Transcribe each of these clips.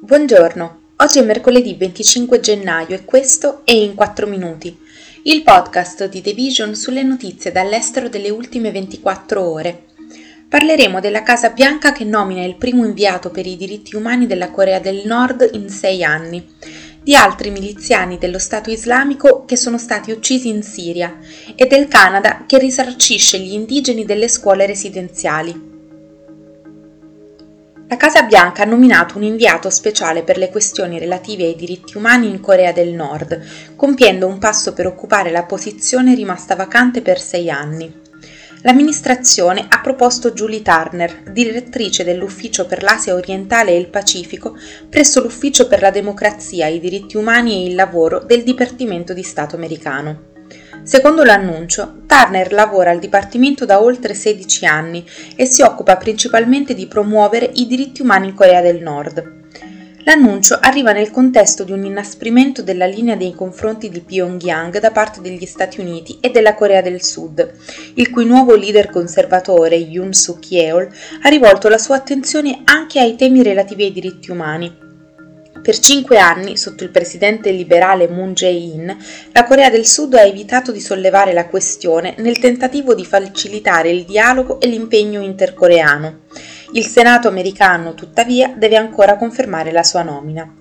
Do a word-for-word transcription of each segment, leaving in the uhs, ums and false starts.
Buongiorno, oggi è mercoledì venticinque gennaio e questo è In quattro minuti, il podcast di The Vision sulle notizie dall'estero delle ultime ventiquattro ore. Parleremo della Casa Bianca che nomina il primo inviato per i diritti umani della Corea del Nord in sei anni, di altri miliziani dello Stato Islamico che sono stati uccisi in Siria e del Canada che risarcisce gli indigeni delle scuole residenziali. La Casa Bianca ha nominato un inviato speciale per le questioni relative ai diritti umani in Corea del Nord, compiendo un passo per occupare la posizione rimasta vacante per sei anni. L'amministrazione ha proposto Julie Turner, direttrice dell'Ufficio per l'Asia orientale e il Pacifico, presso l'Ufficio per la democrazia, i diritti umani e il lavoro del Dipartimento di Stato americano. Secondo l'annuncio, Turner lavora al Dipartimento da oltre sedici anni e si occupa principalmente di promuovere i diritti umani in Corea del Nord. L'annuncio arriva nel contesto di un inasprimento della linea nei confronti di Pyongyang da parte degli Stati Uniti e della Corea del Sud, il cui nuovo leader conservatore, Yoon Suk-yeol, ha rivolto la sua attenzione anche ai temi relativi ai diritti umani. Per cinque anni, sotto il presidente liberale Moon Jae-in, la Corea del Sud ha evitato di sollevare la questione nel tentativo di facilitare il dialogo e l'impegno intercoreano. Il Senato americano, tuttavia, deve ancora confermare la sua nomina.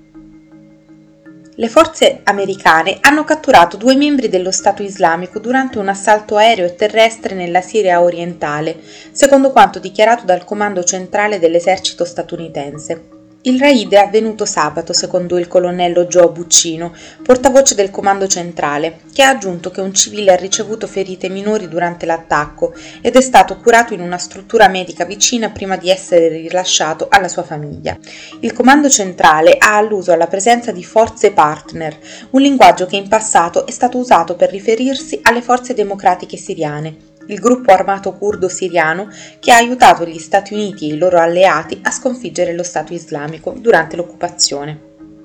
Le forze americane hanno catturato due membri dello Stato Islamico durante un assalto aereo e terrestre nella Siria orientale, secondo quanto dichiarato dal Comando Centrale dell'Esercito statunitense. Il raid è avvenuto sabato, secondo il colonnello Joe Buccino, portavoce del Comando Centrale, che ha aggiunto che un civile ha ricevuto ferite minori durante l'attacco ed è stato curato in una struttura medica vicina prima di essere rilasciato alla sua famiglia. Il Comando Centrale ha alluso alla presenza di forze partner, un linguaggio che in passato è stato usato per riferirsi alle forze democratiche siriane, il gruppo armato curdo siriano che ha aiutato gli Stati Uniti e i loro alleati a sconfiggere lo Stato Islamico durante l'occupazione.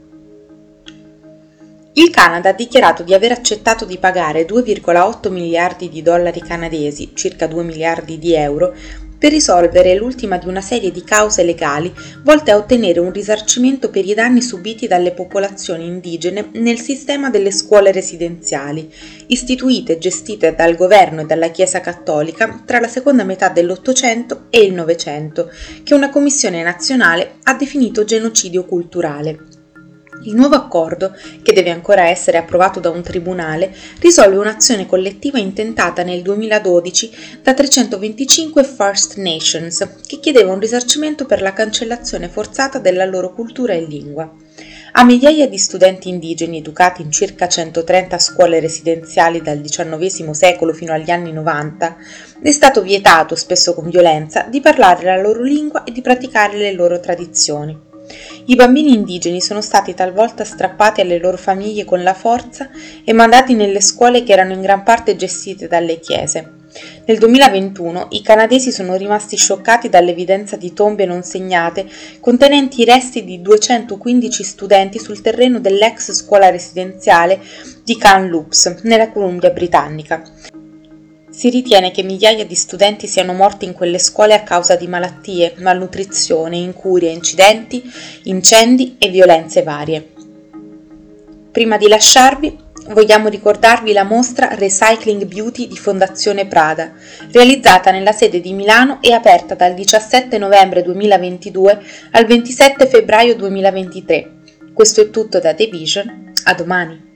Il Canada ha dichiarato di aver accettato di pagare due virgola otto miliardi di dollari canadesi, circa due miliardi di euro, per risolvere l'ultima di una serie di cause legali volte a ottenere un risarcimento per i danni subiti dalle popolazioni indigene nel sistema delle scuole residenziali, istituite e gestite dal governo e dalla Chiesa Cattolica tra la seconda metà dell'Ottocento e il Novecento, che una commissione nazionale ha definito genocidio culturale. Il nuovo accordo, che deve ancora essere approvato da un tribunale, risolve un'azione collettiva intentata nel duemiladodici da trecentoventicinque First Nations, che chiedeva un risarcimento per la cancellazione forzata della loro cultura e lingua. A migliaia di studenti indigeni educati in circa centotrenta scuole residenziali dal diciannovesimo secolo fino agli anni novanta, è stato vietato, spesso con violenza, di parlare la loro lingua e di praticare le loro tradizioni. I bambini indigeni sono stati talvolta strappati alle loro famiglie con la forza e mandati nelle scuole che erano in gran parte gestite dalle chiese. Nel duemilaventuno i canadesi sono rimasti scioccati dall'evidenza di tombe non segnate contenenti i resti di duecentoquindici studenti sul terreno dell'ex scuola residenziale di Kamloops, nella Columbia Britannica. Si ritiene che migliaia di studenti siano morti in quelle scuole a causa di malattie, malnutrizione, incurie, incidenti, incendi e violenze varie. Prima di lasciarvi, vogliamo ricordarvi la mostra Recycling Beauty di Fondazione Prada, realizzata nella sede di Milano e aperta dal diciassette novembre duemilaventidue al ventisette febbraio duemilaventitré. Questo è tutto da The Vision, a domani.